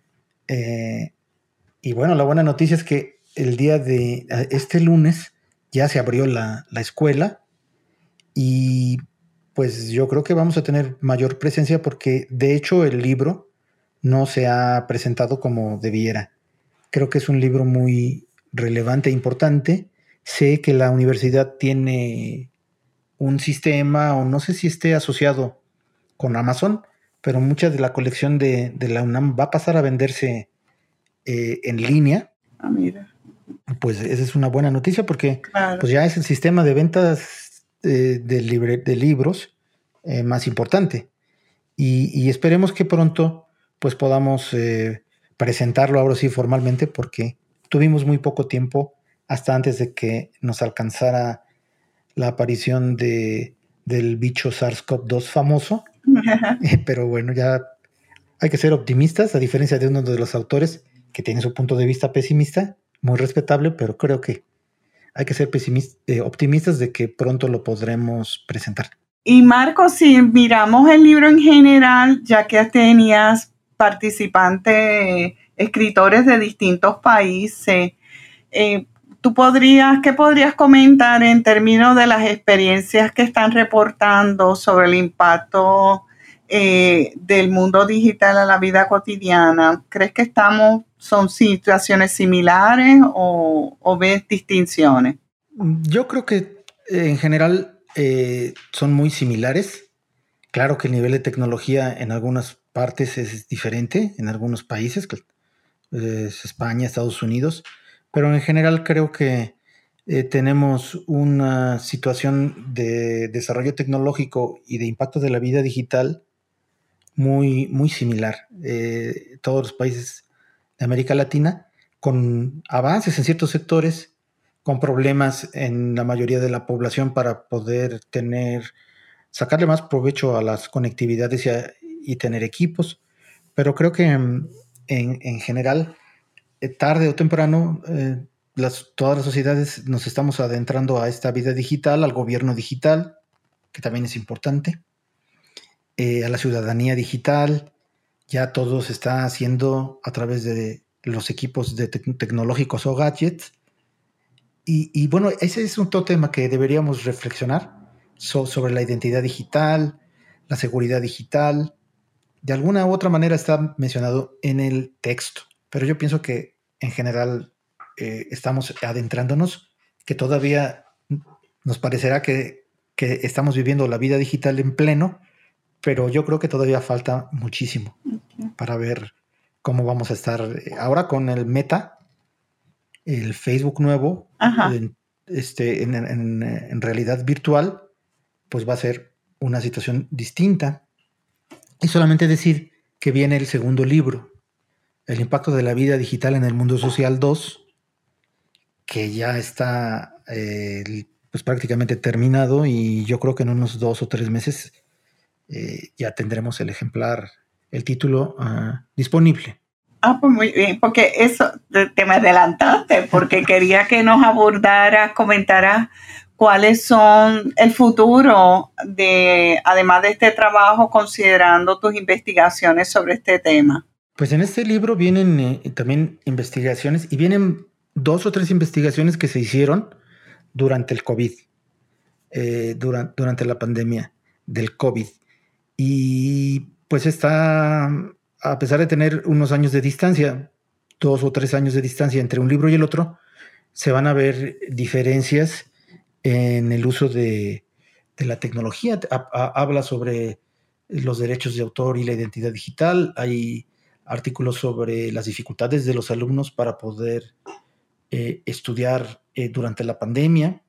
Y bueno, la buena noticia es que el día de este lunes ya se abrió la escuela y pues yo creo que vamos a tener mayor presencia porque de hecho el libro no se ha presentado como debiera. Creo que es un libro muy relevante e importante. Sé que la universidad tiene un sistema, o no sé si esté asociado con Amazon, pero mucha de la colección de la UNAM va a pasar a venderse en línea. Mira. Pues esa es una buena noticia porque pues ya es el sistema de ventas de libros más importante. Y esperemos que pronto pues podamos presentarlo ahora sí formalmente porque tuvimos muy poco tiempo hasta antes de que nos alcanzara la aparición del bicho SARS-CoV-2 famoso. Pero bueno, ya hay que ser optimistas, a diferencia de uno de los autores que tiene su punto de vista pesimista, muy respetable, pero creo que hay que ser optimistas de que pronto lo podremos presentar. Y Marco, si miramos el libro en general, ya que tenías participantes, escritores de distintos países, ¿qué podrías comentar en términos de las experiencias que están reportando sobre el impacto del mundo digital a la vida cotidiana? ¿Crees que son situaciones similares o ves distinciones? Yo creo que en general son muy similares. Claro que el nivel de tecnología en algunas partes es diferente, en algunos países, España, Estados Unidos, pero en general creo que tenemos una situación de desarrollo tecnológico y de impacto de la vida digital muy, muy similar. Todos los países de América Latina, con avances en ciertos sectores, con problemas en la mayoría de la población para poder sacarle más provecho a las conectividades y tener equipos. Pero creo que en general, tarde o temprano, todas las sociedades nos estamos adentrando a esta vida digital, al gobierno digital, que también es importante, a la ciudadanía digital. Ya todo se está haciendo a través de los equipos tecnológicos o gadgets. Y bueno, ese es otro tema que deberíamos reflexionar sobre la identidad digital, la seguridad digital. De alguna u otra manera está mencionado en el texto, pero yo pienso que en general estamos adentrándonos, que todavía nos parecerá que estamos viviendo la vida digital en pleno, pero yo creo que todavía falta muchísimo para ver cómo vamos a estar ahora con el Meta, el Facebook nuevo, en realidad virtual, pues va a ser una situación distinta. Y solamente decir que viene el segundo libro, El impacto de la vida digital en el mundo social 2, que ya está pues prácticamente terminado, y yo creo que en unos 2 o 3 meses ya tendremos el ejemplar, el título disponible. Pues muy bien, porque eso te me adelantaste, porque quería que nos abordaras, comentaras cuáles son el futuro además de este trabajo, considerando tus investigaciones sobre este tema. Pues en este libro vienen también investigaciones, y vienen 2 o 3 investigaciones que se hicieron durante el COVID, durante la pandemia del COVID. Y pues está, a pesar de tener unos años de distancia, 2 o 3 años de distancia entre un libro y el otro, se van a ver diferencias en el uso de la tecnología. Habla sobre los derechos de autor y la identidad digital. Hay artículos sobre las dificultades de los alumnos para poder estudiar durante la pandemia,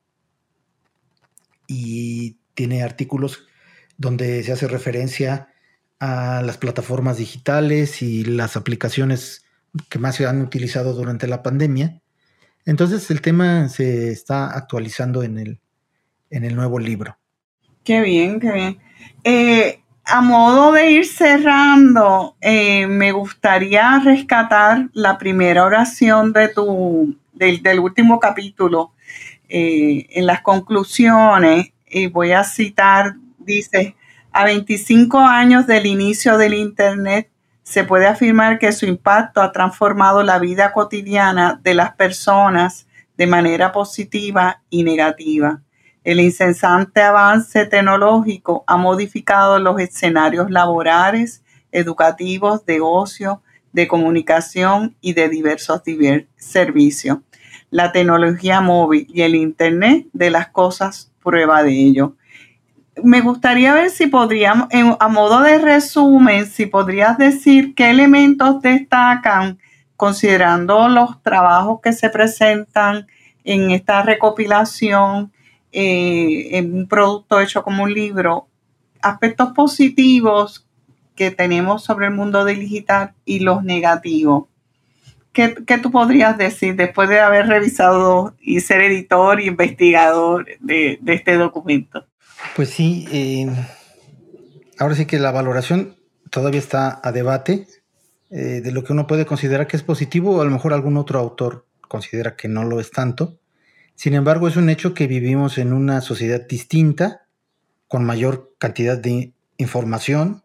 y tiene artículos donde se hace referencia a las plataformas digitales y las aplicaciones que más se han utilizado durante la pandemia. Entonces el tema se está actualizando en el nuevo libro. Qué bien, qué bien. A modo de ir cerrando, me gustaría rescatar la primera oración del último capítulo. En las conclusiones, voy a citar, dice: a 25 años del inicio del Internet, se puede afirmar que su impacto ha transformado la vida cotidiana de las personas de manera positiva y negativa. El incesante avance tecnológico ha modificado los escenarios laborales, educativos, de ocio, de comunicación y de diversos servicios. La tecnología móvil y el Internet de las cosas, prueba de ello. Me gustaría ver si podríamos, a modo de resumen, si podrías decir qué elementos destacan, considerando los trabajos que se presentan en esta recopilación, en un producto hecho como un libro, aspectos positivos que tenemos sobre el mundo digital y los negativos. ¿Qué tú podrías decir después de haber revisado y ser editor y investigador de este documento? Pues sí, ahora sí que la valoración todavía está a debate de lo que uno puede considerar que es positivo, o a lo mejor algún otro autor considera que no lo es tanto. Sin embargo, es un hecho que vivimos en una sociedad distinta, con mayor cantidad de información,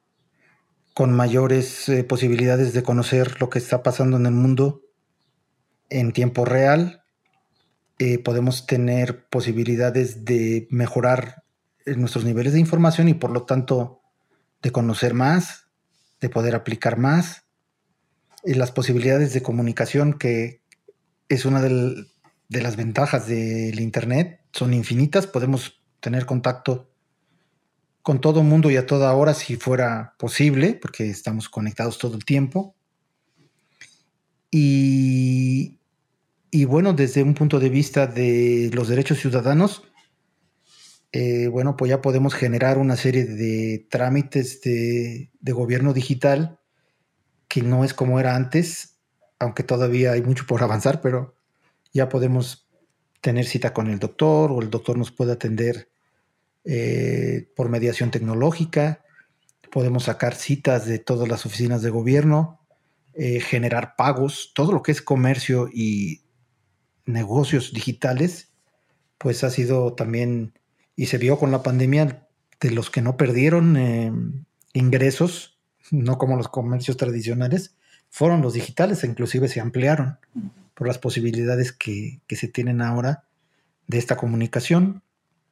con mayores posibilidades de conocer lo que está pasando en el mundo en tiempo real. Podemos tener posibilidades de mejorar nuestros niveles de información y por lo tanto de conocer más, de poder aplicar más. Las posibilidades de comunicación, que es una de las ventajas del Internet, son infinitas. Podemos tener contacto con todo mundo y a toda hora si fuera posible, porque estamos conectados todo el tiempo. Y bueno, desde un punto de vista de los derechos ciudadanos, bueno, pues ya podemos generar una serie de trámites de gobierno digital que no es como era antes, aunque todavía hay mucho por avanzar, pero ya podemos tener cita con el doctor, o el doctor nos puede atender por mediación tecnológica. Podemos sacar citas de todas las oficinas de gobierno, generar pagos. Todo lo que es comercio y negocios digitales, pues ha sido también, y se vio con la pandemia, de los que no perdieron ingresos, no como los comercios tradicionales, fueron los digitales, e inclusive se ampliaron por las posibilidades que se tienen ahora de esta comunicación.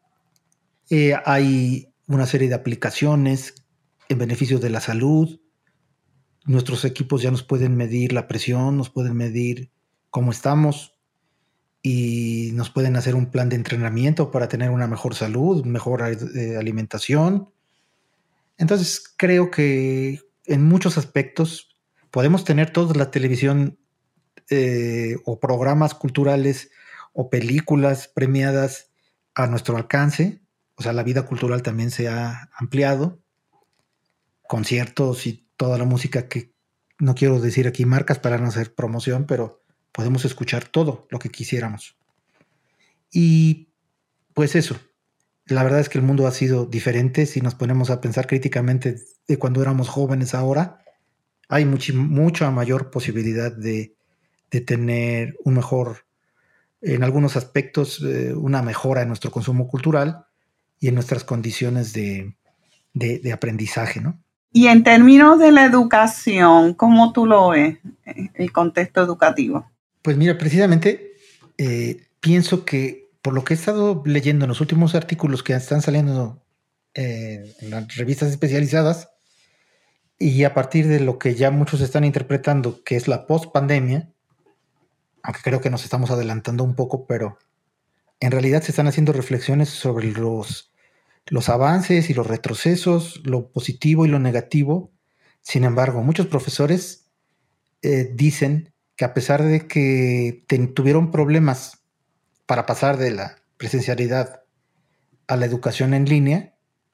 Hay una serie de aplicaciones en beneficio de la salud. Nuestros equipos ya nos pueden medir la presión, nos pueden medir cómo estamos, y nos pueden hacer un plan de entrenamiento para tener una mejor salud, mejor alimentación. Entonces creo que en muchos aspectos podemos tener toda la televisión o programas culturales o películas premiadas a nuestro alcance, O sea, la vida cultural también se ha ampliado. Conciertos y toda la música que no quiero decir aquí marcas para no hacer promoción, pero podemos escuchar todo lo que quisiéramos. Y pues eso, la verdad es que el mundo ha sido diferente. Si nos ponemos a pensar críticamente de cuando éramos jóvenes ahora, hay mucha mayor posibilidad de tener un mejor, en algunos aspectos, una mejora en nuestro consumo cultural y en nuestras condiciones de aprendizaje, ¿no? Y en términos de la educación, ¿cómo tú lo ves, el contexto educativo? Pues mira, precisamente pienso que por lo que he estado leyendo en los últimos artículos que están saliendo en las revistas especializadas y a partir de lo que ya muchos están interpretando, que es la post-pandemia, aunque creo que nos estamos adelantando un poco, pero en realidad se están haciendo reflexiones sobre los avances y los retrocesos, lo positivo y lo negativo. Sin embargo, muchos profesores dicen que a pesar de que tuvieron problemas para pasar de la presencialidad a la educación en línea,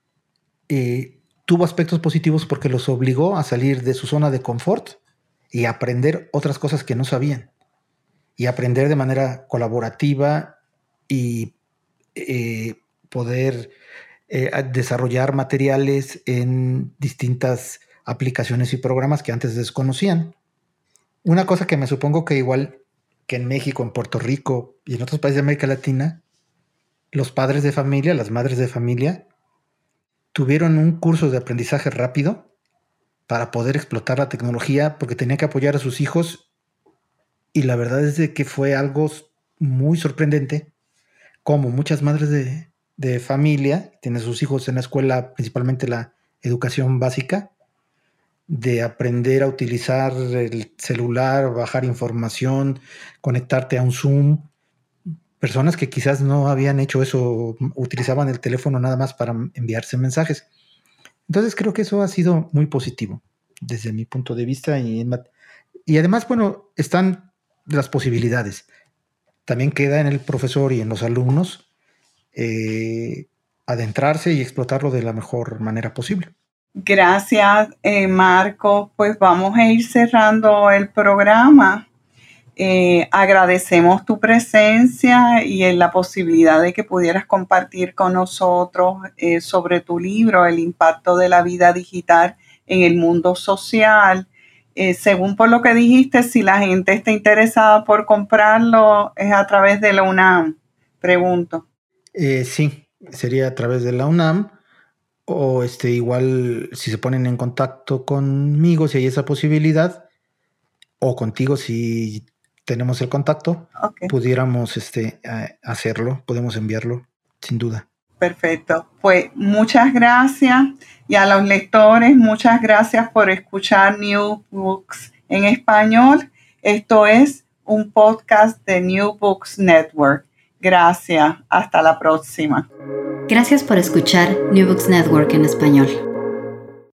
tuvo aspectos positivos porque los obligó a salir de su zona de confort y a aprender otras cosas que no sabían, y aprender de manera colaborativa y poder desarrollar materiales en distintas aplicaciones y programas que antes desconocían. Una cosa que me supongo que igual que en México, en Puerto Rico y en otros países de América Latina, los padres de familia, las madres de familia, tuvieron un curso de aprendizaje rápido para poder explotar la tecnología porque tenían que apoyar a sus hijos, y la verdad es de que fue algo muy sorprendente como muchas madres de familia tienen sus hijos en la escuela, principalmente la educación básica, de aprender a utilizar el celular, bajar información, conectarte a un Zoom. Personas que quizás no habían hecho eso, utilizaban el teléfono nada más para enviarse mensajes. Entonces creo que eso ha sido muy positivo desde mi punto de vista. Y además, bueno, están las posibilidades. También queda en el profesor y en los alumnos adentrarse y explotarlo de la mejor manera posible. Gracias, Marco. Pues vamos a ir cerrando el programa. Agradecemos tu presencia y la posibilidad de que pudieras compartir con nosotros sobre tu libro, El impacto de la vida digital en el mundo social. Según por lo que dijiste, si la gente está interesada por comprarlo, es a través de la UNAM. Pregunto. Sí, sería a través de la UNAM, o igual si se ponen en contacto conmigo, si hay esa posibilidad, o contigo si tenemos el contacto, okay, pudiéramos hacerlo, podemos enviarlo, sin duda. Perfecto. Pues muchas gracias, y a los lectores, muchas gracias por escuchar New Books en español. Esto es un podcast de New Books Network. Gracias. Hasta la próxima. Gracias por escuchar New Books Network en español.